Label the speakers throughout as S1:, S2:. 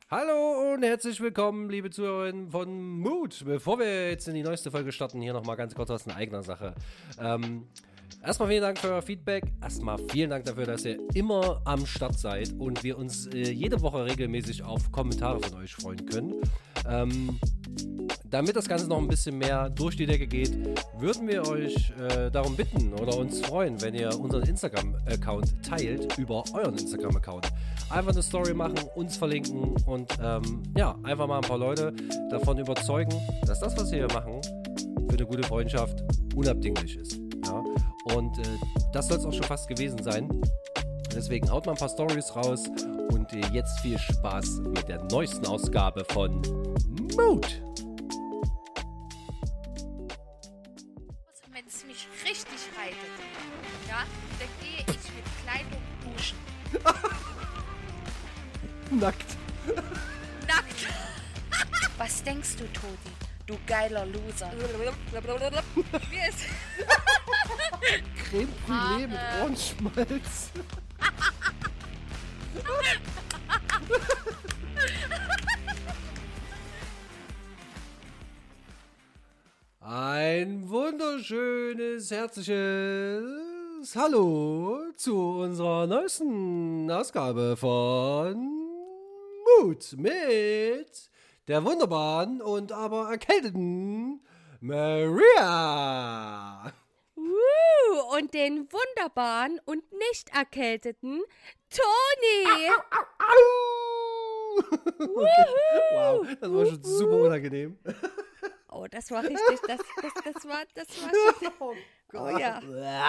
S1: Hallo und herzlich willkommen, liebe Zuhörerinnen von Mood. Bevor wir jetzt in die neueste Folge starten, hier nochmal ganz kurz was in eigener Sache. Erstmal vielen Dank für euer Feedback. Erstmal vielen Dank dafür, dass ihr immer am Start seid und wir uns jede Woche regelmäßig auf Kommentare von euch freuen können. Damit das Ganze noch ein bisschen mehr durch die Decke geht, würden wir euch darum bitten oder uns freuen, wenn ihr unseren Instagram-Account teilt über euren Instagram-Account. Einfach eine Story machen, uns verlinken und einfach mal ein paar Leute davon überzeugen, dass das, was wir hier machen, für eine gute Freundschaft unabdinglich ist. Ja? Und das soll es auch schon fast gewesen sein. Deswegen haut mal ein paar Stories raus und jetzt viel Spaß mit der neuesten Ausgabe von Mood.
S2: Wenn es mich richtig reitet, ja, dann gehe ich mit Kleidung duschen.
S1: Nackt.
S2: Nackt. Was denkst du, Todi? Du geiler Loser. Mir ist
S1: Creme Brûlée mit Ohrenschmalz. Ein wunderschönes, herzliches Hallo zu unserer neuesten Ausgabe von Mood mit der wunderbaren und aber erkälteten Maria.
S3: Und den wunderbaren und nicht erkälteten Toni.
S1: Okay. Wow, das war schon super unangenehm.
S3: Oh, das war richtig, das war schon,
S1: Oh
S3: oh ja.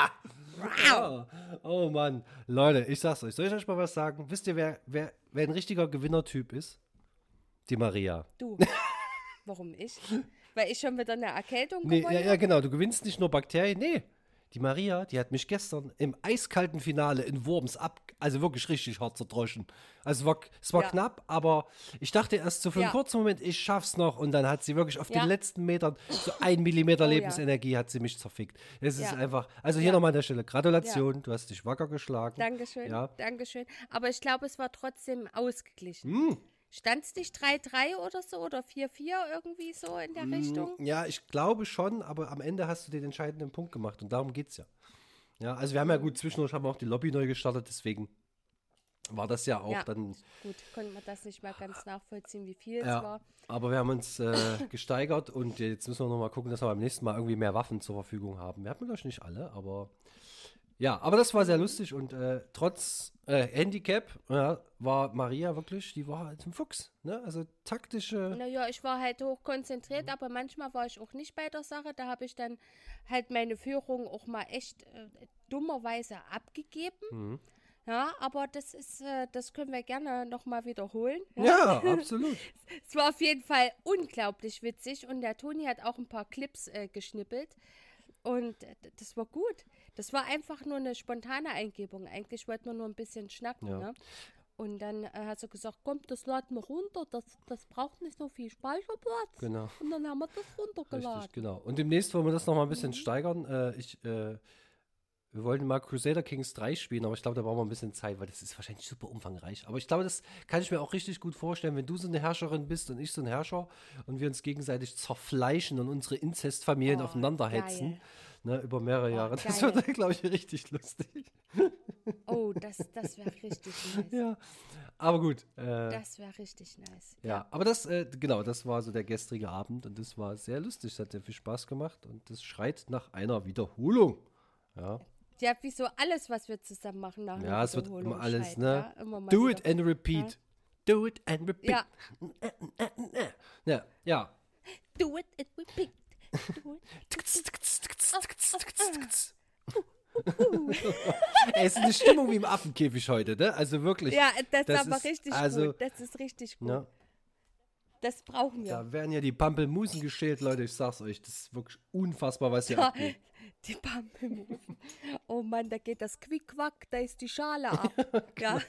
S1: Ja. Oh Mann. Leute, ich sag's euch. Soll ich euch mal was sagen? Wisst ihr, wer ein richtiger Gewinnertyp ist? Die Maria.
S3: Du, warum ich? Weil ich schon wieder eine Erkältung
S1: Nee,
S3: gewonnen
S1: ja, genau. Du gewinnst nicht nur Bakterien. Nee. Die Maria, die hat mich gestern im eiskalten Finale in Worms also wirklich richtig hart zerdroschen. Also es war
S3: Ja.
S1: knapp, aber ich dachte erst so für einen
S3: Ja.
S1: kurzen Moment, ich schaff's noch. Und dann hat sie wirklich auf
S3: Ja.
S1: den letzten Metern so 1 Millimeter
S3: Oh ja.
S1: Lebensenergie hat sie mich zerfickt. Es ist
S3: Ja.
S1: einfach, also hier
S3: Ja.
S1: nochmal an der Stelle, Gratulation, du hast dich wacker geschlagen.
S3: Dankeschön,
S1: Ja.
S3: Dankeschön. Aber ich glaube, es war trotzdem ausgeglichen. Stand es nicht 3-3 oder so oder 4-4 irgendwie so in der Richtung?
S1: Ja, ich glaube schon, aber am Ende hast du den entscheidenden Punkt gemacht und darum geht's ja. Ja, also wir haben ja gut, zwischendurch haben wir auch die Lobby neu gestartet, deswegen war das ja auch
S3: Ja.
S1: dann,
S3: Gut, konnte man das nicht mal ganz nachvollziehen, wie viel es
S1: ja,
S3: war.
S1: aber wir haben uns gesteigert und jetzt müssen wir nochmal gucken, dass wir beim nächsten Mal irgendwie mehr Waffen zur Verfügung haben. Wir hatten natürlich nicht alle, aber ja, aber das war sehr lustig und trotz Handicap war Maria wirklich, die war halt ein Fuchs, ne? Also taktische,
S3: Naja, ich war halt hoch konzentriert, aber manchmal war ich auch nicht bei der Sache. Da habe ich dann halt meine Führung auch mal echt dummerweise abgegeben. Ja, aber das können wir gerne nochmal wiederholen.
S1: ja, absolut.
S3: Es war auf jeden Fall unglaublich witzig und der Toni hat auch ein paar Clips geschnippelt. Und das war gut. Das war einfach nur eine spontane Eingebung. Eigentlich wollten wir nur ein bisschen schnacken.
S1: Ja.
S3: Ne? Und dann hat sie gesagt, komm, das laden wir runter. Das braucht nicht so viel Speicherplatz.
S1: Genau.
S3: Und dann haben wir das runtergeladen.
S1: Richtig, genau. Und demnächst wollen wir das nochmal ein bisschen steigern. Wir wollten mal Crusader Kings 3 spielen, aber ich glaube, da brauchen wir ein bisschen Zeit, weil das ist wahrscheinlich super umfangreich. Aber ich glaube, das kann ich mir auch richtig gut vorstellen, wenn du so eine Herrscherin bist und ich so ein Herrscher und wir uns gegenseitig zerfleischen und unsere Inzestfamilien
S3: Oh,
S1: aufeinander hetzen,
S3: geil.
S1: ne, über mehrere Jahre. Das
S3: geil.
S1: wird, glaube ich, richtig lustig.
S3: Oh, das wäre richtig nice.
S1: Ja, aber gut.
S3: Das wäre richtig nice.
S1: Ja, aber das war so der gestrige Abend und das war sehr lustig. Es hat sehr viel Spaß gemacht und das schreit nach einer Wiederholung. Ja.
S3: Ja, wie so alles, was wir zusammen machen nach einer
S1: Ja, es wird
S3: Wiederholung
S1: immer alles,
S3: schreit,
S1: ne?
S3: ja? Immer mal
S1: Do
S3: wieder.
S1: it and repeat. Do it and repeat.
S3: Ja.
S1: Ja.
S3: Do it and repeat. Do it.
S1: Ey, es ist eine Stimmung wie im Affenkäfig heute, ne? Also wirklich.
S3: Ja, das ist aber
S1: ist-
S3: richtig
S1: also,
S3: gut. Das ist richtig gut.
S1: Ne?
S3: Das brauchen wir.
S1: Da werden ja die Pampelmusen geschält, Leute. Ich sag's euch, das ist wirklich unfassbar, was hier abgeht.
S3: Die Pampelmusen. Oh Mann, da geht das Quick-Quack, da ist die Schale ab. Ja.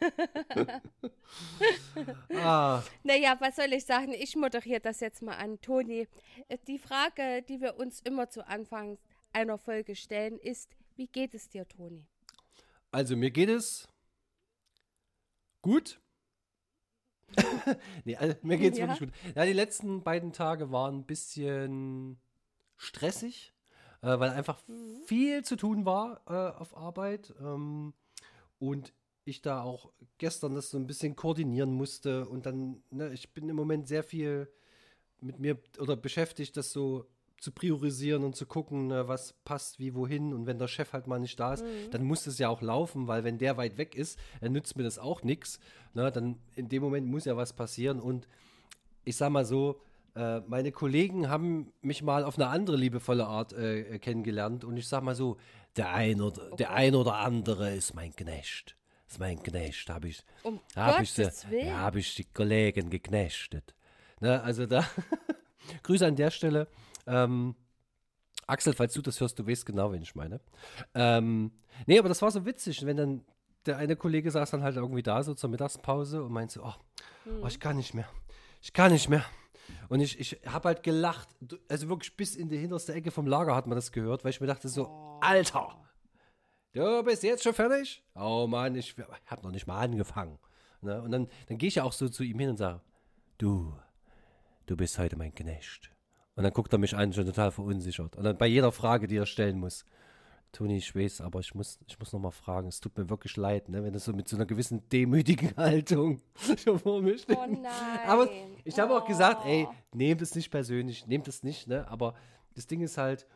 S1: Ah,
S3: Naja, was soll ich sagen? Ich moderiere das jetzt mal an. Toni, die Frage, die wir uns immer zu Anfang einer Folge stellen, ist, wie geht es dir, Toni?
S1: also mir geht es gut. Nee, also mir geht's
S3: Ja.
S1: wirklich gut. Ja, die letzten beiden Tage waren ein bisschen stressig, weil einfach viel zu tun war auf Arbeit. Und ich da auch gestern das so ein bisschen koordinieren musste. Und dann, ne, ich bin im Moment sehr viel mit mir oder beschäftigt, das so zu priorisieren und zu gucken, ne, was passt wie wohin. Und wenn der Chef halt mal nicht da ist, dann muss es ja auch laufen, weil wenn der weit weg ist, dann nützt mir das auch nichts. Ne, dann in dem Moment muss ja was passieren. Und ich sag mal so, meine Kollegen haben mich mal auf eine andere liebevolle Art kennengelernt. Und ich sag mal so, der ein oder andere ist mein Knecht. Ist mein Knecht. Habe ich,
S3: Um
S1: hab ich,
S3: Gottes Willen.
S1: ja, hab ich die Kollegen geknechtet. Ne, also da, Grüße an der Stelle. Axel, falls du das hörst, du weißt genau, wen ich meine. Nee, aber das war so witzig, wenn dann der eine Kollege saß dann halt irgendwie da, so zur Mittagspause und meinte so, oh, ich kann nicht mehr. Ich kann nicht mehr. Und ich habe halt gelacht. Also wirklich bis in die hinterste Ecke vom Lager hat man das gehört, weil ich mir dachte so, Alter, du bist jetzt schon fertig? Oh Mann, ich habe noch nicht mal angefangen. Ne? Und dann gehe ich ja auch so zu ihm hin und sage, du bist heute mein Knecht. Und dann guckt er mich an, schon total verunsichert. Und dann bei jeder Frage, die er stellen muss, Toni, ich weiß, aber ich muss noch mal fragen, es tut mir wirklich leid, ne, wenn das so mit so einer gewissen demütigen Haltung schon vor mir steht.
S3: Oh nein.
S1: Aber ich habe auch gesagt, ey, nehmt es nicht persönlich, nehmt es nicht, ne, aber das Ding ist halt,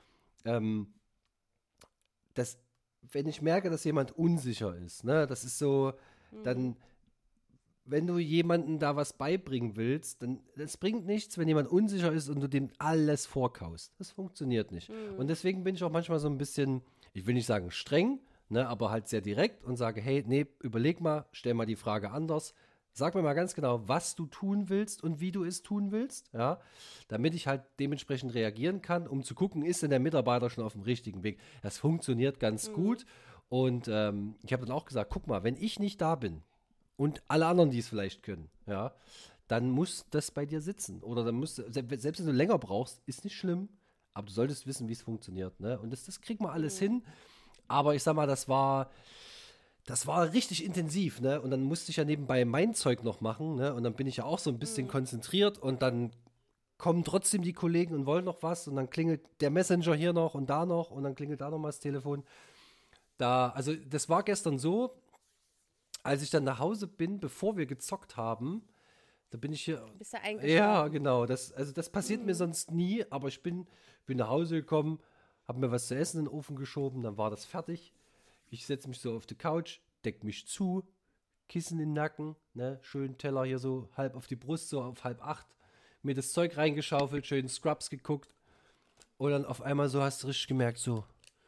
S1: dass, wenn ich merke, dass jemand unsicher ist, ne, das ist so, dann, wenn du jemandem da was beibringen willst, dann, das bringt nichts, wenn jemand unsicher ist und du dem alles vorkaust. Das funktioniert nicht. Und deswegen bin ich auch manchmal so ein bisschen, ich will nicht sagen streng, ne, aber halt sehr direkt und sage, hey, nee, überleg mal, stell mal die Frage anders. Sag mir mal ganz genau, was du tun willst und wie du es tun willst, ja, damit ich halt dementsprechend reagieren kann, um zu gucken, ist denn der Mitarbeiter schon auf dem richtigen Weg. Das funktioniert ganz gut. Und ich habe dann auch gesagt, guck mal, wenn ich nicht da bin, und alle anderen, die es vielleicht können, ja, dann muss das bei dir sitzen. Oder dann musst du, selbst wenn du länger brauchst, ist nicht schlimm, aber du solltest wissen, wie es funktioniert. Ne? Und das kriegt man alles hin. Aber ich sag mal, das war richtig intensiv, ne? Und dann musste ich ja nebenbei mein Zeug noch machen, ne? Und dann bin ich ja auch so ein bisschen konzentriert und dann kommen trotzdem die Kollegen und wollen noch was und dann klingelt der Messenger hier noch und da noch und dann klingelt da noch mal das Telefon. Also das war gestern so, als ich dann nach Hause bin, bevor wir gezockt haben, da bin ich hier.
S3: Bist du eingeschlafen?
S1: Ja, genau. Das passiert mir sonst nie, aber ich bin nach Hause gekommen, habe mir was zu essen in den Ofen geschoben, dann war das fertig. Ich setze mich so auf die Couch, deck mich zu, Kissen in den Nacken, ne, schön Teller hier so halb auf die Brust, so auf 7:30, mir das Zeug reingeschaufelt, schön Scrubs geguckt und dann auf einmal so hast du richtig gemerkt, so,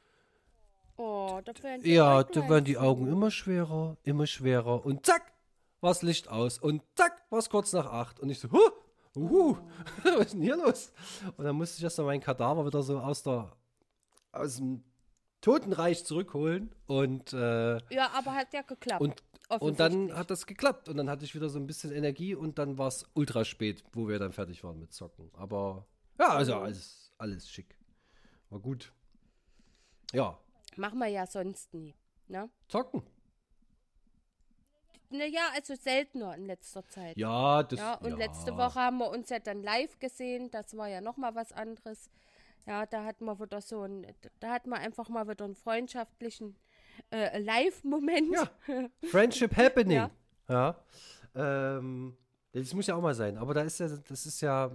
S3: Oh, da werden die
S1: ja,
S3: Äuglein
S1: da werden die
S3: zu.
S1: Augen immer schwerer und zack, war das Licht aus und zack, war es kurz nach 8 und ich so, was ist denn hier los? Und dann musste ich erst mal meinen Kadaver wieder so aus dem Totenreich zurückholen und
S3: Ja, aber hat ja geklappt.
S1: und dann
S3: Offensichtlich.
S1: hat das geklappt und dann hatte ich wieder so ein bisschen Energie und dann war es ultra spät, wo wir dann fertig waren mit Zocken. Aber ja, also alles schick. War gut. Ja,
S3: Machen wir ja sonst nie. Ne?
S1: zocken.
S3: Naja, also seltener in letzter Zeit.
S1: Ja, das
S3: Ja, und letzte Woche haben wir uns ja dann live gesehen. Das war ja nochmal was anderes. Ja, da hatten wir wieder da hatten wir einfach mal wieder einen freundschaftlichen Live-Moment.
S1: Ja. Friendship happening.
S3: Ja.
S1: Ja. Das muss ja auch mal sein. Aber das ist ja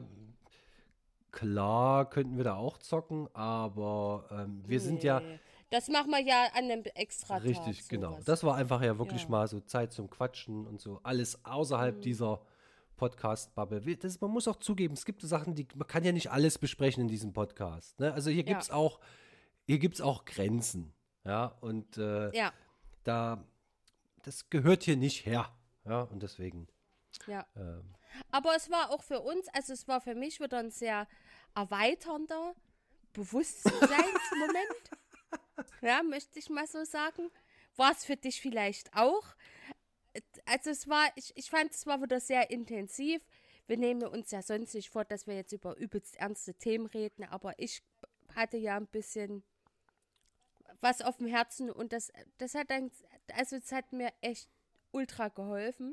S1: klar, könnten wir da auch zocken, aber wir sind ja
S3: Nee. Das machen wir ja an einem extra
S1: richtig,
S3: Tag.
S1: genau.
S3: sowas.
S1: Das war einfach ja wirklich
S3: Ja.
S1: mal so Zeit zum Quatschen und so. Alles außerhalb dieser Podcast-Bubble. Man muss auch zugeben, es gibt so Sachen, man kann ja nicht alles besprechen in diesem Podcast. Ne? Also hier
S3: Ja.
S1: gibt's auch Grenzen. Ja, und
S3: Ja,
S1: das gehört hier nicht her. Ja, und deswegen.
S3: ja. Aber es war auch für uns, also es war für mich wieder ein sehr erweiternder Bewusstseinsmoment. Ja, möchte ich mal so sagen. War es für dich vielleicht auch? Also ich fand, es war wieder sehr intensiv. Wir nehmen uns ja sonst nicht vor, dass wir jetzt über übelst ernste Themen reden, aber ich hatte ja ein bisschen was auf dem Herzen und das hat dann, also es hat mir echt ultra geholfen.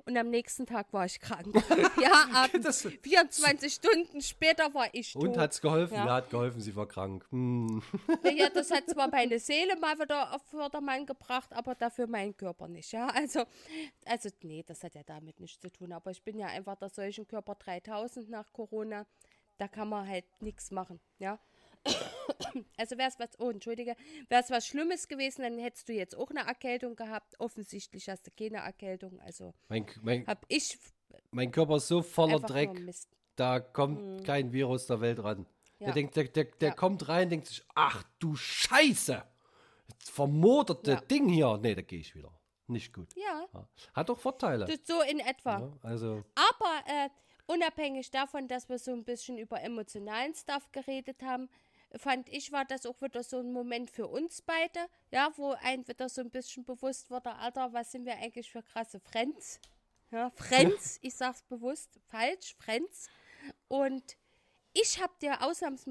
S3: und am nächsten Tag war ich krank. Ja, abends, 24 Stunden später war ich tot.
S1: Und hat's geholfen?
S3: Ja.
S1: Ja, hat geholfen, sie war krank.
S3: Ja, das hat zwar meine Seele mal wieder auf Vordermann gebracht, aber dafür mein Körper nicht. Ja, also nee, das hat ja damit nichts zu tun. Aber ich bin ja einfach der Seuchenkörper 3000 nach Corona. Da kann man halt nichts machen, ja. Also wäre es was Schlimmes gewesen, dann hättest du jetzt auch eine Erkältung gehabt. Offensichtlich hast du keine Erkältung, also
S1: Mein Körper ist so voller
S3: einfach
S1: Dreck,
S3: nur Mist.
S1: da kommt kein Virus der Welt ran.
S3: Ja.
S1: Der kommt rein, denkt sich, ach du Scheiße, vermoderte Ding hier. Nee, da gehe ich wieder. Nicht gut.
S3: Ja.
S1: Hat doch Vorteile.
S3: So in etwa.
S1: Ja, also
S3: Aber unabhängig davon, dass wir so ein bisschen über emotionalen Stuff geredet haben, fand ich, war das auch wieder so ein Moment für uns beide, ja, wo einem wieder so ein bisschen bewusst wurde, Alter, was sind wir eigentlich für krasse Friends? Ja, Friends, ich sag's bewusst, falsch, Friends. Und ich hab dir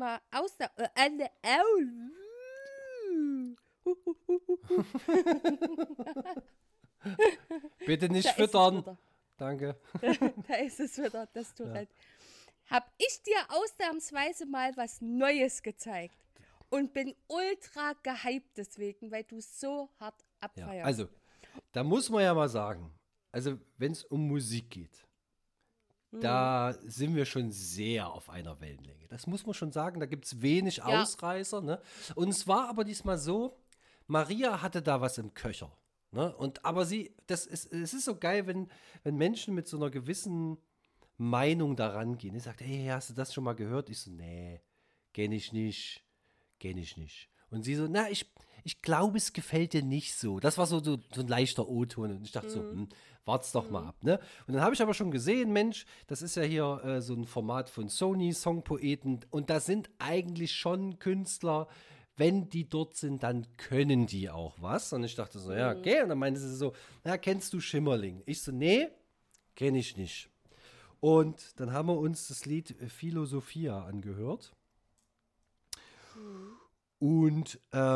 S1: bitte nicht
S3: Da ist es
S1: füttern.
S3: wieder.
S1: Danke.
S3: Da ist es wieder, das tut halt. Hab ich dir ausnahmsweise mal was Neues gezeigt und bin ultra gehypt deswegen, weil du es so hart abfeierst.
S1: Ja, also, da muss man ja mal sagen, also wenn es um Musik geht, da sind wir schon sehr auf einer Wellenlänge. Das muss man schon sagen, da gibt es wenig Ausreißer. Ne? Und es war aber diesmal so, Maria hatte da was im Köcher. Ne? Aber es ist so geil, wenn Menschen mit so einer gewissen Meinung daran gehen. Ich sagte, hey, hast du das schon mal gehört? Ich so, nee, kenn ich nicht. Und sie so, na, ich glaube, es gefällt dir nicht so. Das war so ein leichter O-Ton. Und ich dachte so, wart's doch mal ab. Ne? Und dann habe ich aber schon gesehen, Mensch, das ist ja hier so ein Format von Sony, Songpoeten. Und da sind eigentlich schon Künstler, wenn die dort sind, dann können die auch was. Und ich dachte so, ja, okay. Und dann meinte sie so, na, kennst du Schimmerling? Ich so, nee, kenne ich nicht. Und dann haben wir uns das Lied Philosophia angehört. Und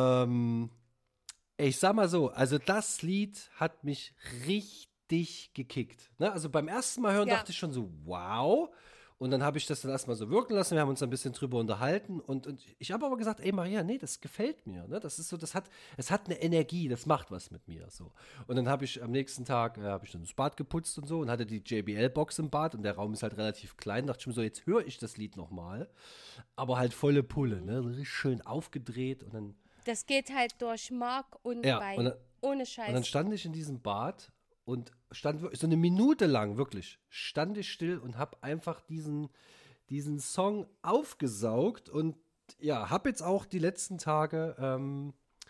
S1: ich sag mal so, also das Lied hat mich richtig gekickt. Ne? Also beim ersten Mal hören dachte ich schon so, wow. Und dann habe ich das dann erstmal so wirken lassen. Wir haben uns ein bisschen drüber unterhalten. Und ich habe aber gesagt, ey Maria, nee, das gefällt mir. Ne? Das ist so, es hat eine Energie, das macht was mit mir. So. Und dann habe ich am nächsten Tag dann das Bad geputzt und so und hatte die JBL-Box im Bad und der Raum ist halt relativ klein. Da dachte ich mir so, jetzt höre ich das Lied nochmal. Aber halt volle Pulle, ne? Richtig schön aufgedreht und dann.
S3: Das geht halt durch Mark und Bein. Ohne Scheiß.
S1: Und dann stand ich in diesem Bad und stand wirklich so eine Minute lang, wirklich, stand ich still und habe einfach diesen Song aufgesaugt und ja, habe jetzt auch die letzten Tage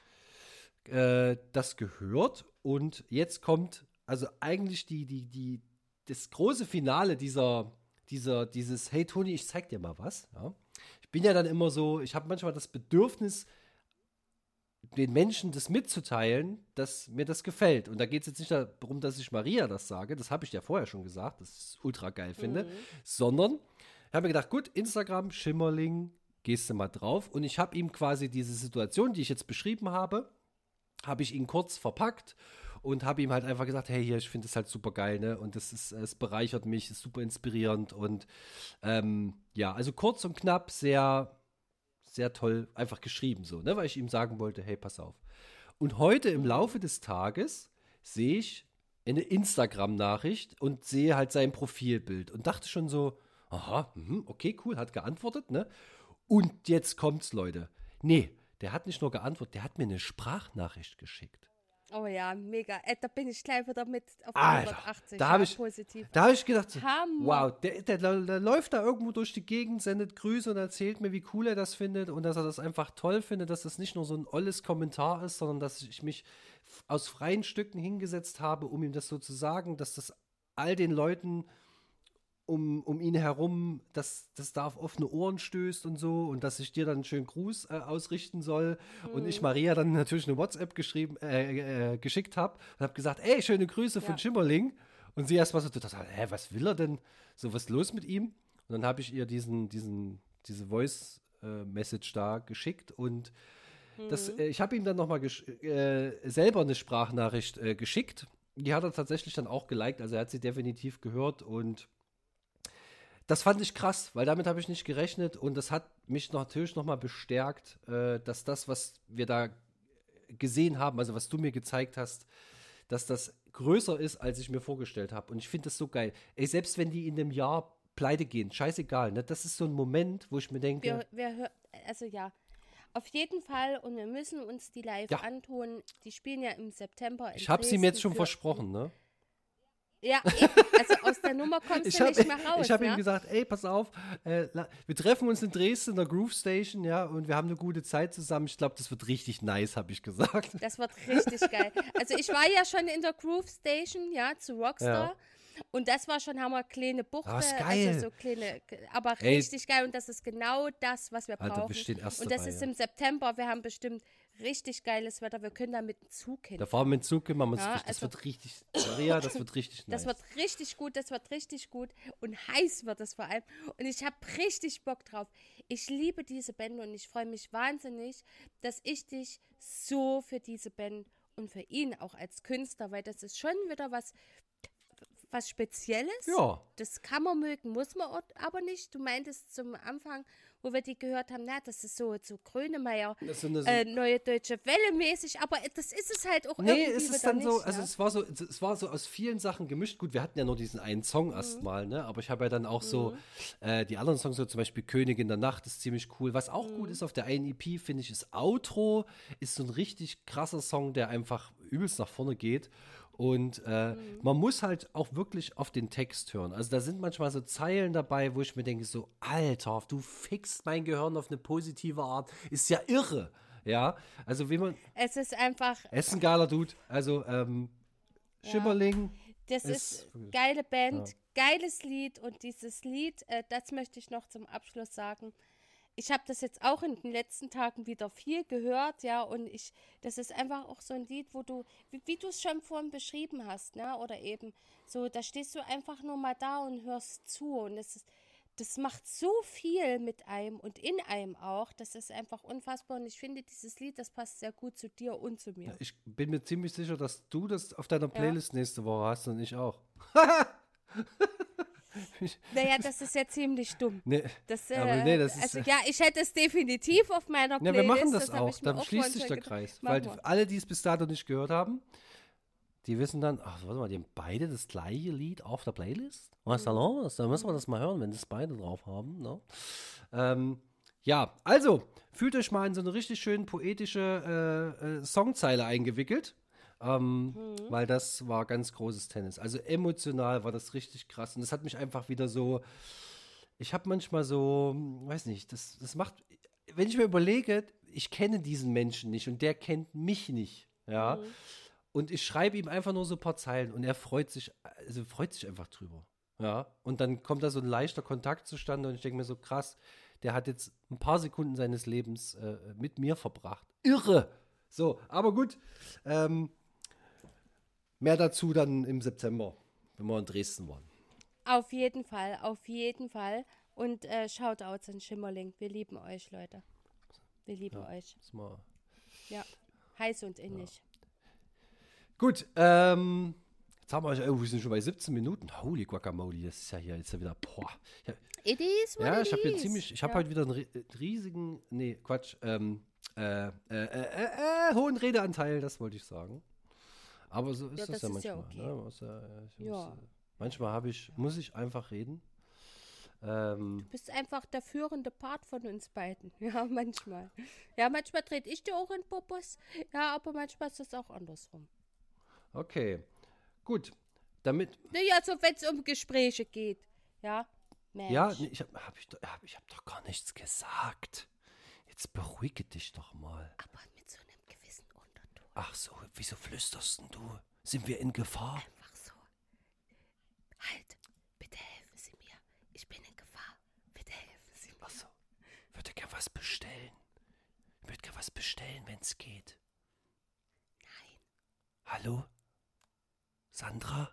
S1: das gehört und jetzt kommt also eigentlich das große Finale dieses Hey Toni, ich zeig dir mal was. Ja. Ich bin ja dann immer so, ich habe manchmal das Bedürfnis, den Menschen das mitzuteilen, dass mir das gefällt. Und da geht es jetzt nicht darum, dass ich Maria das sage, das habe ich ja vorher schon gesagt, dass ich es ultra geil finde, sondern ich habe mir gedacht, gut, Instagram, Schimmerling, gehst du mal drauf. Und ich habe ihm quasi diese Situation, die ich jetzt beschrieben habe, habe ich ihn kurz verpackt und habe ihm halt einfach gesagt, hey, hier, ich finde das halt super geil, ne? Und es bereichert mich, ist super inspirierend und also kurz und knapp, sehr sehr toll einfach geschrieben, so, ne, weil ich ihm sagen wollte, hey, pass auf. Und heute im Laufe des Tages sehe ich eine Instagram-Nachricht und sehe halt sein Profilbild und dachte schon so, aha, okay, cool, hat geantwortet, ne? Und jetzt kommt's, Leute. Nee, der hat nicht nur geantwortet, der hat mir eine Sprachnachricht geschickt.
S3: Oh ja, mega. Da bin ich gleich wieder mit auf
S1: Alter,
S3: 180.
S1: Da habe ich gedacht, so, wow, der läuft da irgendwo durch die Gegend, sendet Grüße und erzählt mir, wie cool er das findet und dass er das einfach toll findet, dass das nicht nur so ein olles Kommentar ist, sondern dass ich mich aus freien Stücken hingesetzt habe, um ihm das so zu sagen, dass das all den Leuten um ihn herum, dass das da auf offene Ohren stößt und so und dass ich dir dann einen schönen Gruß ausrichten soll und ich Maria dann natürlich eine WhatsApp geschickt habe und habe gesagt, ey, schöne Grüße von Schimmerling und sie erstmal so total, was will er denn? So, was ist los mit ihm? Und dann habe ich ihr diese Voice-Message da geschickt und ich habe ihm dann nochmal selber eine Sprachnachricht geschickt die hat er tatsächlich dann auch geliked, also er hat sie definitiv gehört und das fand ich krass, weil damit habe ich nicht gerechnet und das hat mich natürlich nochmal bestärkt, dass das, was wir da gesehen haben, also was du mir gezeigt hast, dass das größer ist, als ich mir vorgestellt habe. Und ich finde das so geil. Ey, selbst wenn die in einem Jahr pleite gehen, scheißegal, ne? Das ist so ein Moment, wo ich mir denke,
S3: Also ja, auf jeden Fall. Und wir müssen uns die live antun. Die spielen ja im September in
S1: ich habe es ihm jetzt schon
S3: Dresden
S1: versprochen, ne?
S3: Ja, eben. Also aus der Nummer kommst du nicht mehr raus.
S1: Ich habe
S3: ne?
S1: ihm gesagt, ey, pass auf, wir treffen uns in Dresden in der Groove Station, ja, und wir haben eine gute Zeit zusammen. Ich glaube, das wird richtig nice, habe ich gesagt.
S3: Das wird richtig geil. Also ich war ja schon in der Groove Station, ja, zu Rockstar.
S1: Ja.
S3: Und das war schon, haben wir kleine Buchte,
S1: Ah, ist geil.
S3: also so kleine, aber
S1: Ey.
S3: richtig geil. Und das ist genau das, was wir
S1: Alter,
S3: brauchen.
S1: wir stehen erst
S3: und das
S1: dabei,
S3: ist
S1: ja.
S3: im September. Wir haben bestimmt richtig geiles Wetter. Wir können da mit dem Zug hin.
S1: Da fahren wir mit dem Zug hin, das
S3: also,
S1: wird richtig, ja, das wird richtig nice.
S3: Das wird richtig gut und heiß wird es vor allem. Und ich habe richtig Bock drauf. Ich liebe diese Band und ich freue mich wahnsinnig, dass ich dich so für diese Band und für ihn auch als Künstler, weil das ist schon wieder was Spezielles.
S1: Ja.
S3: Das kann man mögen, muss man aber nicht. Du meintest zum Anfang, wo wir die gehört haben, na, das ist so Grönemeyer, Neue Deutsche Welle mäßig, aber das ist es halt auch irgendwie
S1: es ist
S3: wieder
S1: dann
S3: nicht,
S1: so,
S3: ja?
S1: also es war so aus vielen Sachen gemischt. Gut, wir hatten ja nur diesen einen Song erstmal, ne? Aber ich habe ja dann auch so die anderen Songs, so zum Beispiel Königin der Nacht ist ziemlich cool. Was auch gut ist auf der einen EP, finde ich, ist Outro, ist so ein richtig krasser Song, der einfach übelst nach vorne geht. Und man muss halt auch wirklich auf den Text hören. Also da sind manchmal so Zeilen dabei, wo ich mir denke so, Alter, du fickst mein Gehirn auf eine positive Art. Ist ja irre. Ja, also wie man...
S3: Es ist einfach...
S1: Es ist ein geiler Dude. Also Schimmerling.
S3: Das ist geile Band, geiles Lied und dieses Lied, das möchte ich noch zum Abschluss sagen. Ich habe das jetzt auch in den letzten Tagen wieder viel gehört, ja, und das ist einfach auch so ein Lied, wo du, wie du es schon vorhin beschrieben hast, ne, oder eben so, da stehst du einfach nur mal da und hörst zu und das macht so viel mit einem und in einem auch, das ist einfach unfassbar und ich finde, dieses Lied, das passt sehr gut zu dir und zu mir.
S1: Ich bin mir ziemlich sicher, dass du das auf deiner Playlist nächste Woche hast und ich auch.
S3: Naja, das ist ja ziemlich dumm.
S1: Nee,
S3: das
S1: ist,
S3: also ja, ich hätte es definitiv auf meiner Playlist.
S1: Ja, wir machen das auch.
S3: Ich mir
S1: Dann schließt sich der Kreis.
S3: Machen
S1: Weil
S3: wir.
S1: alle, die es bis dato nicht gehört haben, die wissen dann, ach, warte mal, die haben beide das gleiche Lied auf der Playlist? Was ist da los? Dann müssen wir das mal hören, wenn das beide drauf haben. Ne? Ja, also, fühlt euch mal in so eine richtig schön poetische Songzeile eingewickelt. Weil das war ganz großes Tennis. Also emotional war das richtig krass. Und das hat mich einfach wieder so, ich habe manchmal so, weiß nicht, das macht, wenn ich mir überlege, ich kenne diesen Menschen nicht und der kennt mich nicht, ja. Und ich schreibe ihm einfach nur so ein paar Zeilen und er freut sich einfach drüber, ja. Und dann kommt da so ein leichter Kontakt zustande und ich denke mir so, krass, der hat jetzt ein paar Sekunden seines Lebens mit mir verbracht. Irre! So, aber gut, mehr dazu dann im September, wenn wir in Dresden waren.
S3: Auf jeden Fall. Und Shoutouts an Schimmerling. Wir lieben euch, Leute. Wir lieben euch. Ja, heiß und innig.
S1: Ja. Gut, jetzt haben wir sind schon bei 17 Minuten. Holy Guacamole, das ist ja hier jetzt wieder, boah.
S3: It is what it is.
S1: Ich habe heute wieder einen riesigen, hohen Redeanteil, das wollte ich sagen. Aber so ist das ja manchmal.
S3: Ja, okay.
S1: Manchmal muss ich einfach reden.
S3: Du bist einfach der führende Part von uns beiden. Ja, manchmal. Ja, manchmal trete ich dir auch in Popos. Ja, aber manchmal ist es auch andersrum.
S1: Okay, gut. Damit.
S3: Naja, so wenn es um Gespräche geht. Ja, Mensch.
S1: Ja, ich hab doch gar nichts gesagt. Jetzt beruhige dich doch mal.
S3: Aber mit so einem gewissen Unterton.
S1: Ach so, wieso flüsterst denn du? Sind wir in Gefahr?
S3: Einfach so. Halt, bitte helfen Sie mir. Ich bin in Gefahr. Bitte helfen Sie mir.
S1: Ach so, ich würde gern was bestellen. Wenn es geht.
S3: Nein.
S1: Hallo? Sandra?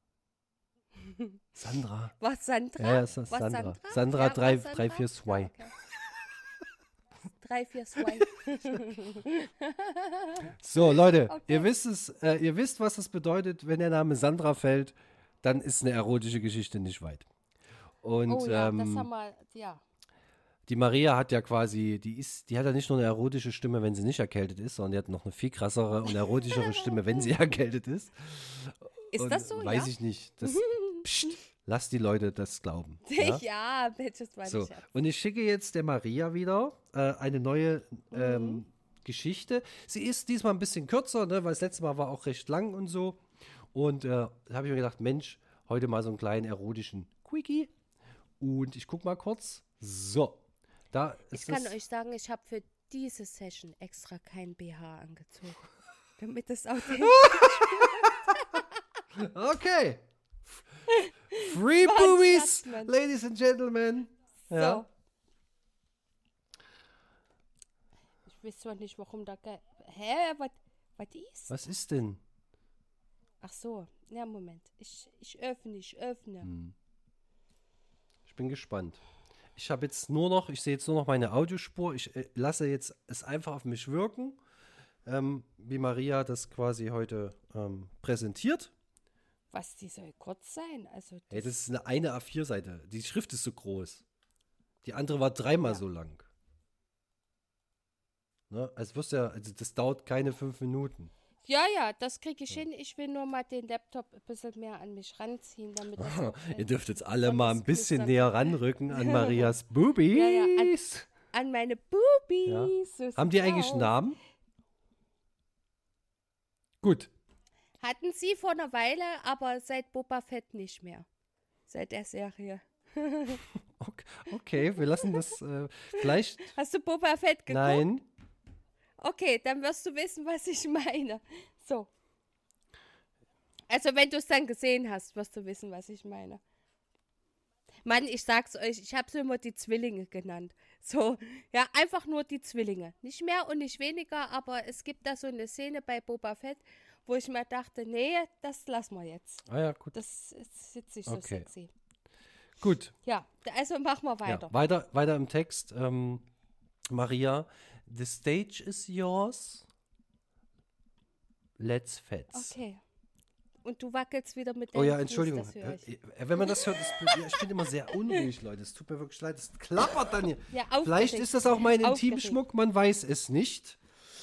S1: Sandra?
S3: Was, Sandra?
S1: Ja, ist das
S3: was,
S1: Sandra.
S3: Sandra?
S1: Sandra
S3: Ja,
S1: 3,
S3: was,
S1: 3, 4, 2.
S3: Ja, okay. 3, 4, 2.
S1: So, Leute,
S3: Okay.
S1: ihr wisst, was das bedeutet, wenn der Name Sandra fällt, dann ist eine erotische Geschichte nicht weit. Und
S3: Oh ja, das haben wir, ja.
S1: die Maria hat ja quasi, die hat ja nicht nur eine erotische Stimme, wenn sie nicht erkältet ist, sondern die hat noch eine viel krassere und erotischere Stimme, wenn sie erkältet ist.
S3: Ist
S1: Und
S3: das so,
S1: weiß
S3: ja?
S1: ich nicht. Psst, lass die Leute das glauben. Ja?
S3: Ja, Mensch, das war
S1: So,
S3: nicht.
S1: und ich schicke jetzt der Maria wieder eine neue Geschichte. Sie ist diesmal ein bisschen kürzer, ne, weil das letzte Mal war auch recht lang und so. Und da habe ich mir gedacht, Mensch, heute mal so einen kleinen erotischen Quickie. Und ich gucke mal kurz. So, da
S3: Ich
S1: ist
S3: kann
S1: es.
S3: euch sagen, ich habe für diese Session extra kein BH angezogen. Damit es authentisch
S1: Okay. Free
S3: War ein
S1: Boobies,
S3: Scherz, Mann.
S1: Ladies and Gentlemen. Ja.
S3: So. Ich weiß zwar nicht, warum da. Hä? Was ist?
S1: Was ist denn?
S3: Ach so. Ja, Moment. Ich öffne.
S1: Ich bin gespannt. Ich sehe jetzt nur noch meine Audiospur. Ich lasse jetzt es einfach auf mich wirken, wie Maria das quasi heute präsentiert.
S3: Was, die soll kurz sein? Also
S1: Hey, das ist eine A4-Seite. Die Schrift ist so groß. Die andere war dreimal
S3: Ja.
S1: so lang. Ne? Also das dauert keine 5 Minuten.
S3: Ja, das kriege ich hin. Ich will nur mal den Laptop ein bisschen mehr an mich ranziehen, damit das auch
S1: Ihr dürft jetzt alle mal ein
S3: sonst
S1: bisschen
S3: knistert.
S1: näher ranrücken an Marias Boobies.
S3: Ja, an meine Boobies. So
S1: Haben die
S3: sieht's
S1: eigentlich einen
S3: aus.
S1: Namen? Gut.
S3: Hatten sie vor einer Weile, aber seit Boba Fett nicht mehr. Seit der Serie.
S1: Okay, wir lassen das vielleicht.
S3: Hast du Boba Fett geguckt?
S1: Nein.
S3: Okay, dann wirst du wissen, was ich meine. So. Also, wenn du es dann gesehen hast, wirst du wissen, was ich meine. Mann, ich sag's euch, ich habe so immer die Zwillinge genannt. So, ja, einfach nur die Zwillinge. Nicht mehr und nicht weniger, aber es gibt da so eine Szene bei Boba Fett, wo ich mir dachte, nee, das lassen wir jetzt.
S1: Ah ja, gut.
S3: Das ist jetzt nicht so
S1: Okay.
S3: sexy.
S1: Gut.
S3: Ja, also machen wir weiter.
S1: Ja, weiter im Text. Maria, the stage is yours. Let's fetz.
S3: Okay. Und du wackelst wieder mit
S1: Oh
S3: deinem
S1: ja,
S3: Fuß,
S1: Entschuldigung.
S3: das höre ich.
S1: Wenn man das hört, ich bin immer sehr unruhig, Leute. Es tut mir wirklich leid. Es klappert dann hier.
S3: Ja, aufgeregt.
S1: Vielleicht ist das auch mein
S3: Aufgeregt.
S1: Intimschmuck, man weiß es nicht.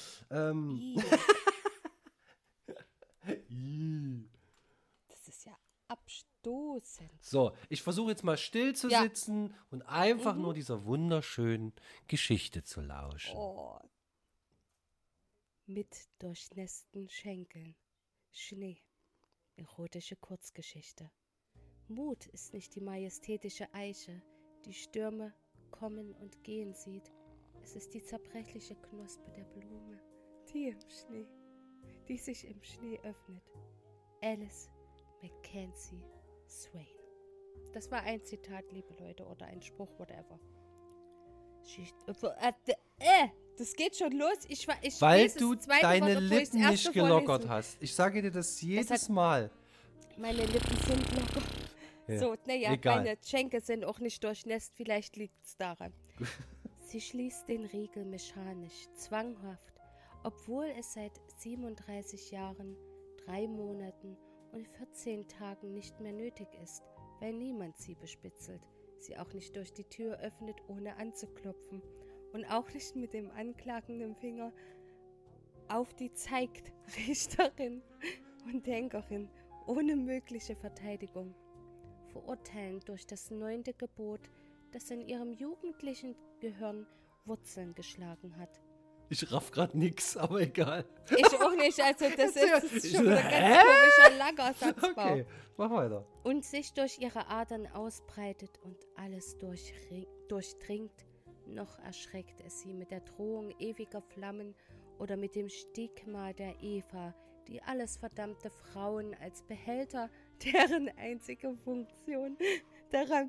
S3: Das ist ja abstoßend.
S1: So, ich versuche jetzt mal still zu
S3: Ja.
S1: sitzen und einfach nur dieser wunderschönen Geschichte zu lauschen.
S3: Oh. Mit durchnässten Schenkeln. Schnee. Erotische Kurzgeschichte. Mut ist nicht die majestätische Eiche, die Stürme kommen und gehen sieht. Es ist die zerbrechliche Knospe der Blume, die sich im Schnee öffnet. Alice Mackenzie Swain. Das war ein Zitat, liebe Leute, oder ein Spruch, whatever. Das geht schon los. Ich
S1: Weil
S3: lese
S1: du
S3: das zweite
S1: deine
S3: Wort, obwohl ich das
S1: Lippen nicht
S3: erste
S1: gelockert
S3: vorlesen.
S1: hast. Ich sage dir das jedes
S3: hat-
S1: Mal.
S3: Meine Lippen sind locker.
S1: Ja,
S3: So, naja,
S1: egal.
S3: meine Schenkel sind auch nicht durchnässt. Vielleicht liegt es daran. Sie schließt den Riegel mechanisch, zwanghaft, obwohl es seit 37 Jahren, 3 Monaten und 14 Tagen nicht mehr nötig ist, weil niemand sie bespitzelt, sie auch nicht durch die Tür öffnet, ohne anzuklopfen und auch nicht mit dem anklagenden Finger auf die zeigt, Richterin und Denkerin, ohne mögliche Verteidigung. Verurteilend durch das 9. Gebot, das in ihrem jugendlichen Gehirn Wurzeln geschlagen hat.
S1: Ich raff grad nix, aber egal.
S3: Ich auch nicht, also das ist
S1: Ich
S3: schon
S1: so,
S3: ein ganz komischer, langer Satzbau.
S1: Okay, mach weiter.
S3: Und sich durch ihre Adern ausbreitet und alles durchdringt, noch erschreckt es sie mit der Drohung ewiger Flammen oder mit dem Stigma der Eva, die alles verdammte Frauen als Behälter, deren einzige Funktion daran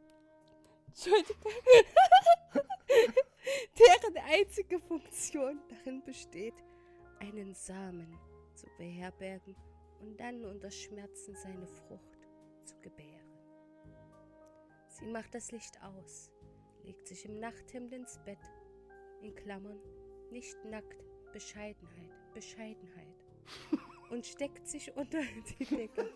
S3: deren einzige Funktion darin besteht, einen Samen zu beherbergen und dann unter Schmerzen seine Frucht zu gebären. Sie macht das Licht aus, legt sich im Nachthemd ins Bett, in Klammern, nicht nackt, Bescheidenheit. Und steckt sich unter die Decke.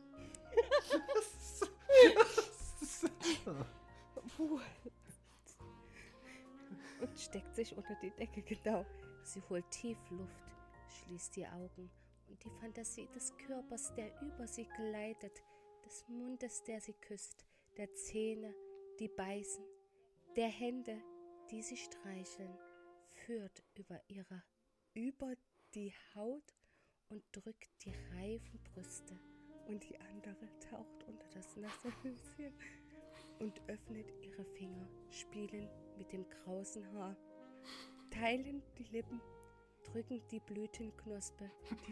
S3: Und steckt sich unter die Decke, genau. Sie holt tief Luft, schließt die Augen und die Fantasie des Körpers, der über sie gleitet, des Mundes, der sie küsst, der Zähne, die beißen, der Hände, die sie streicheln, führt über die Haut und drückt die reifen Brüste. Und die andere taucht unter das nasse Höschen und öffnet ihre Finger, spielen mit dem krausen Haar, teilen die Lippen, drücken die Blütenknospe,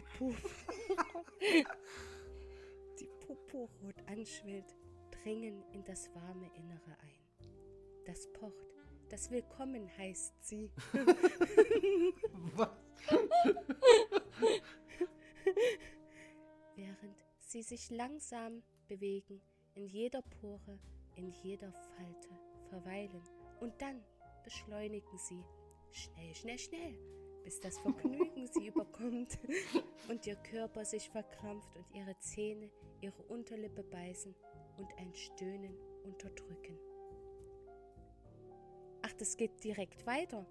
S3: die purpurrot anschwillt, dringen in das warme Innere ein. Das pocht, das Willkommen heißt sie.
S1: Was?
S3: Während sie sich langsam bewegen, in jeder Pore, in jeder Falte verweilen und dann beschleunigen sie, schnell, schnell, schnell, bis das Vergnügen sie überkommt und ihr Körper sich verkrampft und ihre Zähne ihre Unterlippe beißen und ein Stöhnen unterdrücken. Ach, das geht direkt weiter.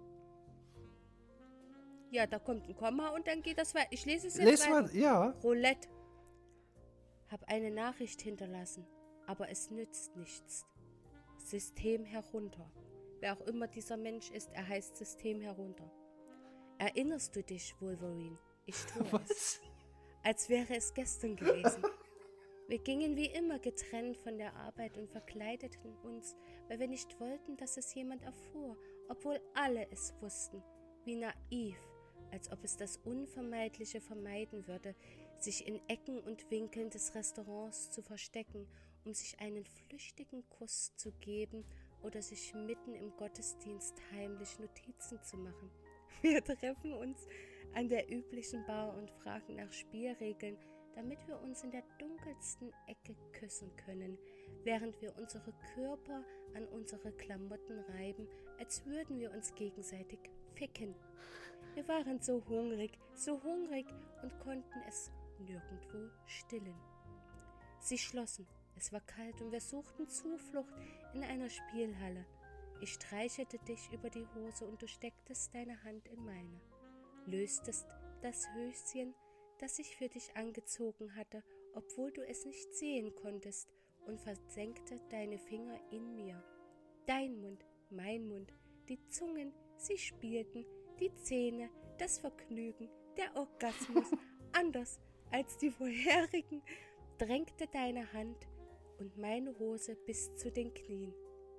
S3: Ja, da kommt ein Komma und dann geht das weiter. Ich lese es jetzt weiter.
S1: Ja.
S3: Roulette. Hab eine Nachricht hinterlassen, aber es nützt nichts. System herunter. Wer auch immer dieser Mensch ist, er heißt System herunter. Erinnerst du dich, Wolverine? Ich tue es. Als wäre es gestern gewesen. Wir gingen wie immer getrennt von der Arbeit und verkleideten uns, weil wir nicht wollten, dass es jemand erfuhr, obwohl alle es wussten. Wie naiv, als ob es das Unvermeidliche vermeiden würde, sich in Ecken und Winkeln des Restaurants zu verstecken, um sich einen flüchtigen Kuss zu geben oder sich mitten im Gottesdienst heimlich Notizen zu machen. Wir treffen uns an der üblichen Bar und fragen nach Spielregeln, damit wir uns in der dunkelsten Ecke küssen können, während wir unsere Körper an unsere Klamotten reiben, als würden wir uns gegenseitig ficken. Wir waren so hungrig und konnten es nirgendwo stillen. Sie schlossen, es war kalt und wir suchten Zuflucht in einer Spielhalle. Ich streichelte dich über die Hose und du stecktest deine Hand in meine, löstest das Höschen, das ich für dich angezogen hatte, obwohl du es nicht sehen konntest, und versenkte deine Finger in mir. Dein Mund, mein Mund, die Zungen, sie spielten, die Zähne, das Vergnügen, der Orgasmus, anders als die vorherigen, drängte deine Hand und meine Hose bis zu den Knien.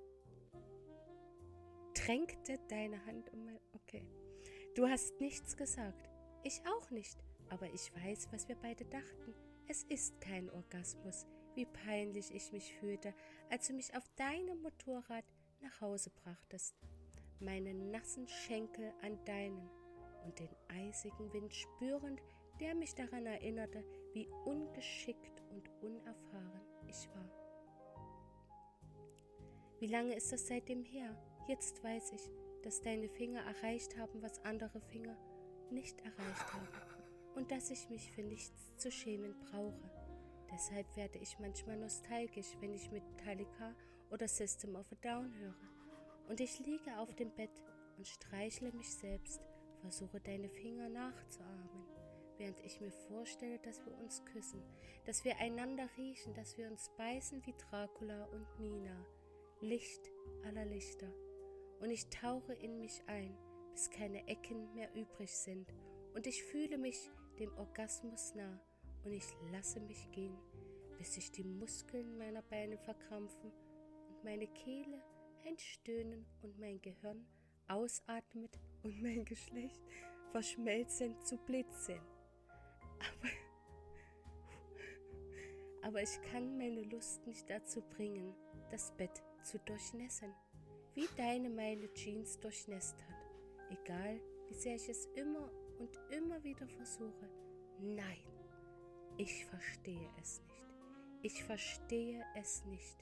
S3: Drängte deine Hand um mein... Okay. Du hast nichts gesagt, ich auch nicht, aber ich weiß, was wir beide dachten. Es ist kein Orgasmus, wie peinlich ich mich fühlte, als du mich auf deinem Motorrad nach Hause brachtest. Meine nassen Schenkel an deinen und den eisigen Wind spürend, der mich daran erinnerte, wie ungeschickt und unerfahren ich war. Wie lange ist das seitdem her? Jetzt weiß ich, dass deine Finger erreicht haben, was andere Finger nicht erreicht haben, und dass ich mich für nichts zu schämen brauche. Deshalb werde ich manchmal nostalgisch, wenn ich Metallica oder System of a Down höre. Und ich liege auf dem Bett und streichle mich selbst, versuche deine Finger nachzuahmen, während ich mir vorstelle, dass wir uns küssen, dass wir einander riechen, dass wir uns beißen wie Dracula und Mina, Licht aller Lichter. Und ich tauche in mich ein, bis keine Ecken mehr übrig sind, und ich fühle mich dem Orgasmus nah, und ich lasse mich gehen, bis sich die Muskeln meiner Beine verkrampfen und meine Kehle ein Stöhnen und mein Gehirn ausatmet und mein Geschlecht verschmelzen zu Blitzen. Aber ich kann meine Lust nicht dazu bringen, das Bett zu durchnässen, wie deine meine Jeans durchnässt hat, egal wie sehr ich es immer und immer wieder versuche. Nein, ich verstehe es nicht. Ich verstehe es nicht.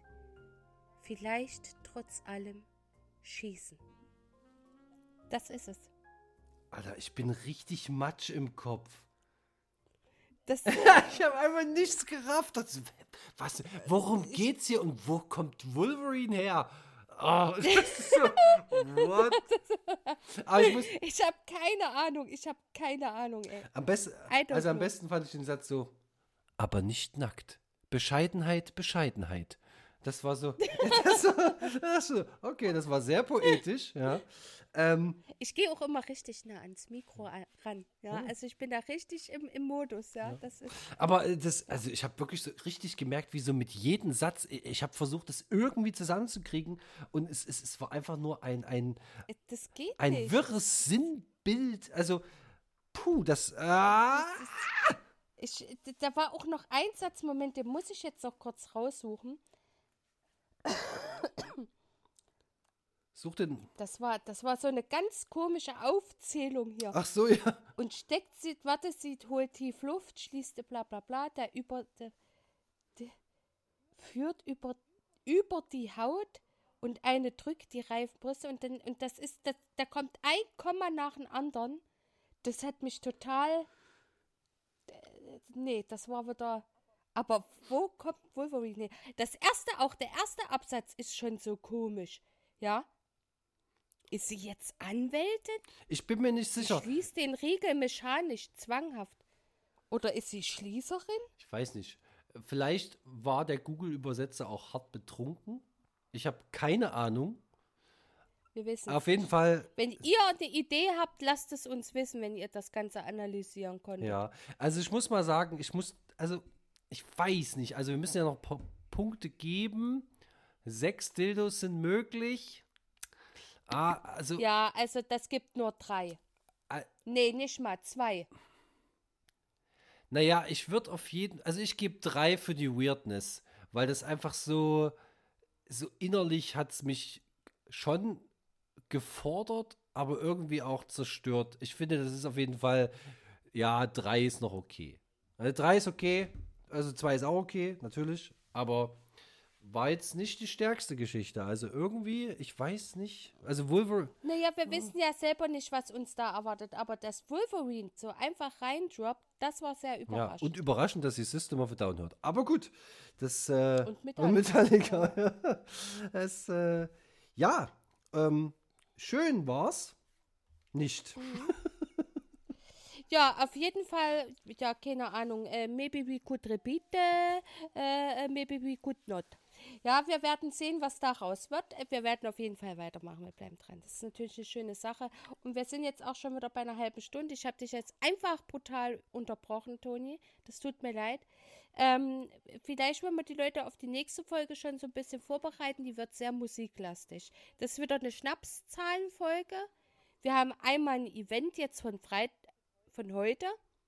S3: Vielleicht trotz allem schießen. Das ist es.
S1: Alter, ich bin richtig matsch im Kopf.
S3: Das,
S1: Ich habe einfach nichts gerafft. Worum geht's hier und wo kommt Wolverine her? Oh, das ist so, what? Aber
S3: ich habe keine Ahnung, ey.
S1: am besten,
S3: I don't
S1: am
S3: know.
S1: besten fand ich den Satz so, aber nicht nackt. Bescheidenheit, Bescheidenheit. Das war so, okay, das war sehr poetisch, ja.
S3: Ich gehe auch immer richtig nah ans Mikro ran, ja. Also ich bin da richtig im Modus, ja. Das ist,
S1: Aber also ich habe wirklich so richtig gemerkt, wie so mit jedem Satz, ich habe versucht, das irgendwie zusammenzukriegen und es war einfach nur ein
S3: das geht
S1: ein
S3: nicht.
S1: wirres Sinnbild. Also,
S3: Da war auch noch ein Satzmoment, den muss ich jetzt noch kurz raussuchen.
S1: Such den.
S3: Das war so eine ganz komische Aufzählung hier.
S1: Ach so, ja.
S3: Und sie holt tief Luft, schließt bla bla bla, der führt über die Haut und eine drückt die reifen Brüste und da kommt ein Komma nach dem anderen. Das hat mich total, nee, das war wieder, aber wo kommt Wolverine? Nee, der erste Absatz ist schon so komisch, ja? Ist sie jetzt Anwältin?
S1: Ich bin mir nicht
S3: Sie
S1: sicher.
S3: schließt den Riegel mechanisch, zwanghaft. Oder ist sie Schließerin?
S1: Ich weiß nicht. Vielleicht war der Google-Übersetzer auch hart betrunken. Ich habe keine Ahnung.
S3: Wir wissen.
S1: Auf jeden Fall.
S3: Wenn ihr eine Idee habt, lasst es uns wissen, wenn ihr das Ganze analysieren konntet.
S1: Ja, also ich muss mal sagen, ich weiß nicht. Also wir müssen ja noch ein paar Punkte geben. 6 Dildos sind möglich. Also.
S3: Ja, also das gibt nur 3. Nee, nicht mal 2.
S1: Naja, ich würde also ich gebe 3 für die Weirdness, weil das einfach so innerlich hat es mich schon gefordert, aber irgendwie auch zerstört. Ich finde, das ist auf jeden Fall, ja, 3 ist noch okay. Also 3 ist okay, also 2 ist auch okay, natürlich, aber war jetzt nicht die stärkste Geschichte. Also irgendwie, ich weiß nicht, also Wolverine.
S3: Naja, wir wissen ja selber nicht, was uns da erwartet, aber dass Wolverine so einfach reindroppt, das war sehr
S1: Ja,
S3: überraschend.
S1: und überraschend, dass sie System of a Down hört. Aber gut, das
S3: Und
S1: Metallica. Ja, schön war's. Nicht.
S3: Ja, auf jeden Fall, ja, keine Ahnung, maybe we could repeat, maybe we could not. Ja, wir werden sehen, was daraus wird. Wir werden auf jeden Fall weitermachen, wir bleiben dran. Das ist natürlich eine schöne Sache. Und wir sind jetzt auch schon wieder bei einer halben Stunde. Ich habe dich jetzt einfach brutal unterbrochen, Toni. Das tut mir leid. Vielleicht wollen wir die Leute auf die nächste Folge schon so ein bisschen vorbereiten. Die wird sehr musiklastig. Das ist wieder eine Schnapszahlenfolge. Wir haben einmal ein Event jetzt von heute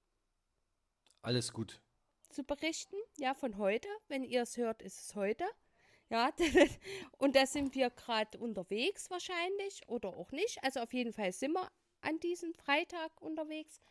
S1: Alles gut.
S3: zu berichten. Ja, von heute. Wenn ihr es hört, ist es heute. Ja, und da sind wir gerade unterwegs wahrscheinlich oder auch nicht. Also auf jeden Fall sind wir an diesem Freitag unterwegs.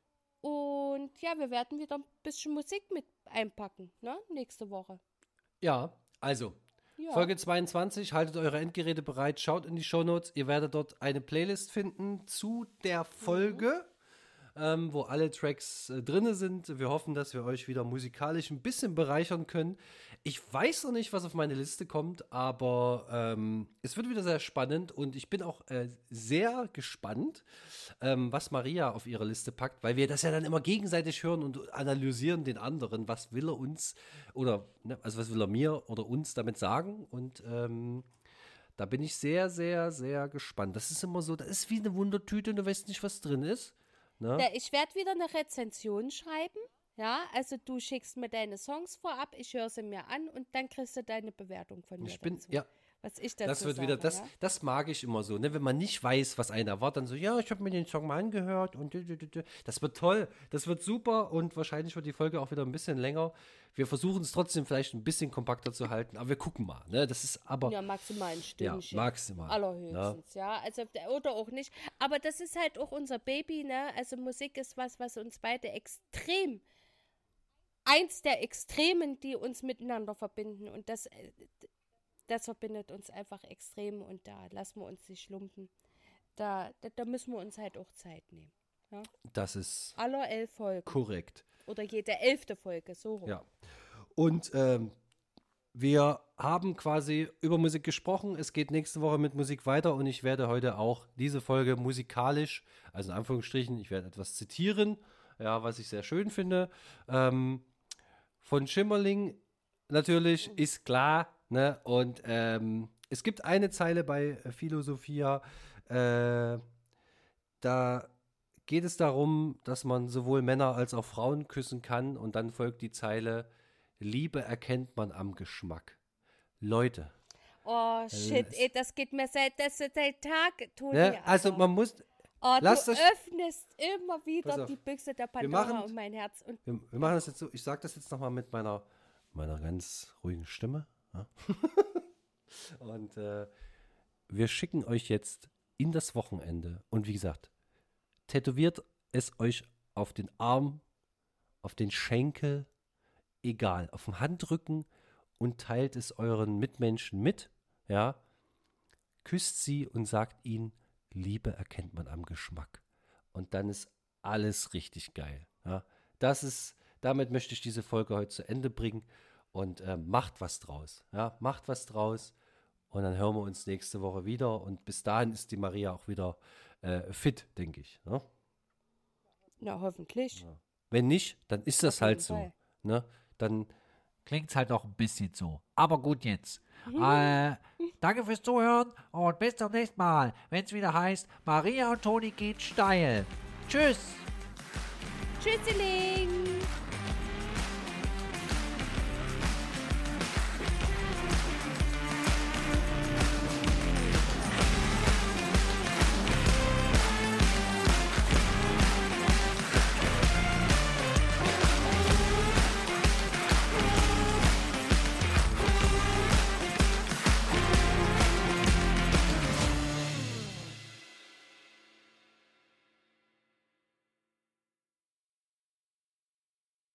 S3: Und ja, wir werden wieder ein bisschen Musik mit einpacken, ne? Nächste Woche.
S1: Ja, also,
S3: Ja.
S1: Folge 22, haltet eure Endgeräte bereit, schaut in die Shownotes, ihr werdet dort eine Playlist finden zu der Folge, wo alle Tracks drin sind. Wir hoffen, dass wir euch wieder musikalisch ein bisschen bereichern können. Ich weiß noch nicht, was auf meine Liste kommt, aber es wird wieder sehr spannend und ich bin auch sehr gespannt, was Maria auf ihre Liste packt, weil wir das ja dann immer gegenseitig hören und analysieren den anderen, was will er uns oder also was will er mir oder uns damit sagen und da bin ich sehr, sehr, sehr gespannt. Das ist immer so, das ist wie eine Wundertüte und du weißt nicht, was drin ist. Ne?
S3: Ja, ich werde wieder eine Rezension schreiben. Ja, also du schickst mir deine Songs vorab, ich höre sie mir an und dann kriegst du deine Bewertung von mir dazu.
S1: Ja,
S3: was ich dazu
S1: das wird
S3: sage,
S1: wieder,
S3: ja?
S1: das mag ich immer so, ne? Wenn man nicht weiß, was einer erwartet, dann so, ja, ich habe mir den Song mal angehört und das wird toll, das wird super und wahrscheinlich wird die Folge auch wieder ein bisschen länger. Wir versuchen es trotzdem vielleicht ein bisschen kompakter zu halten, aber wir gucken mal, ne? Das ist aber
S3: Ja, maximal ein Stündchen.
S1: ja, maximal.
S3: Allerhöchstens, ja. Also, oder auch nicht. Aber das ist halt auch unser Baby, ne? Also Musik ist was uns beide extrem, eins der Extremen, die uns miteinander verbinden. Und das verbindet uns einfach extrem und da lassen wir uns nicht lumpen. da müssen wir uns halt auch Zeit nehmen. Ja?
S1: Das ist
S3: Aller 11 Folgen.
S1: korrekt.
S3: Oder jede 11. Folge, so rum.
S1: Ja. Und wir haben quasi über Musik gesprochen. Es geht nächste Woche mit Musik weiter und ich werde heute auch diese Folge musikalisch, also in Anführungsstrichen, ich werde etwas zitieren, ja, was ich sehr schön finde. Von Schimmerling natürlich, ist klar, ne? Und es gibt eine Zeile bei Philosophia, da geht es darum, dass man sowohl Männer als auch Frauen küssen kann und dann folgt die Zeile: Liebe erkennt man am Geschmack. Leute.
S3: Oh, shit, ey, das geht mir seit Tag, Toni.
S1: Ne? Also man muss,
S3: Oh,
S1: lasst
S3: du
S1: euch,
S3: öffnest immer
S1: Pass
S3: wieder
S1: auf.
S3: die Büchse der Pandora
S1: machen-
S3: um mein Herz. Und
S1: wir machen das jetzt so, ich sage das jetzt nochmal mit meiner ganz ruhigen Stimme. Ja? Und wir schicken euch jetzt in das Wochenende. Und wie gesagt, tätowiert es euch auf den Arm, auf den Schenkel, egal, auf dem Handrücken und teilt es euren Mitmenschen mit, ja. Küsst sie und sagt ihnen, Liebe erkennt man am Geschmack. Und dann ist alles richtig geil, ja. Damit möchte ich diese Folge heute zu Ende bringen und macht was draus, ja. Macht was draus und dann hören wir uns nächste Woche wieder und bis dahin ist die Maria auch wieder fit, denke ich, ne?
S3: na, hoffentlich.
S1: Wenn nicht, dann ist das
S3: Auf
S1: halt
S3: jeden
S1: so.
S3: Fall.
S1: Ne? Dann
S4: Klingt's halt auch ein bisschen so. Aber gut jetzt. Danke fürs Zuhören und bis zum nächsten Mal, wenn es wieder heißt, Maria und Toni geht steil. Tschüss.
S3: Tschüsseling.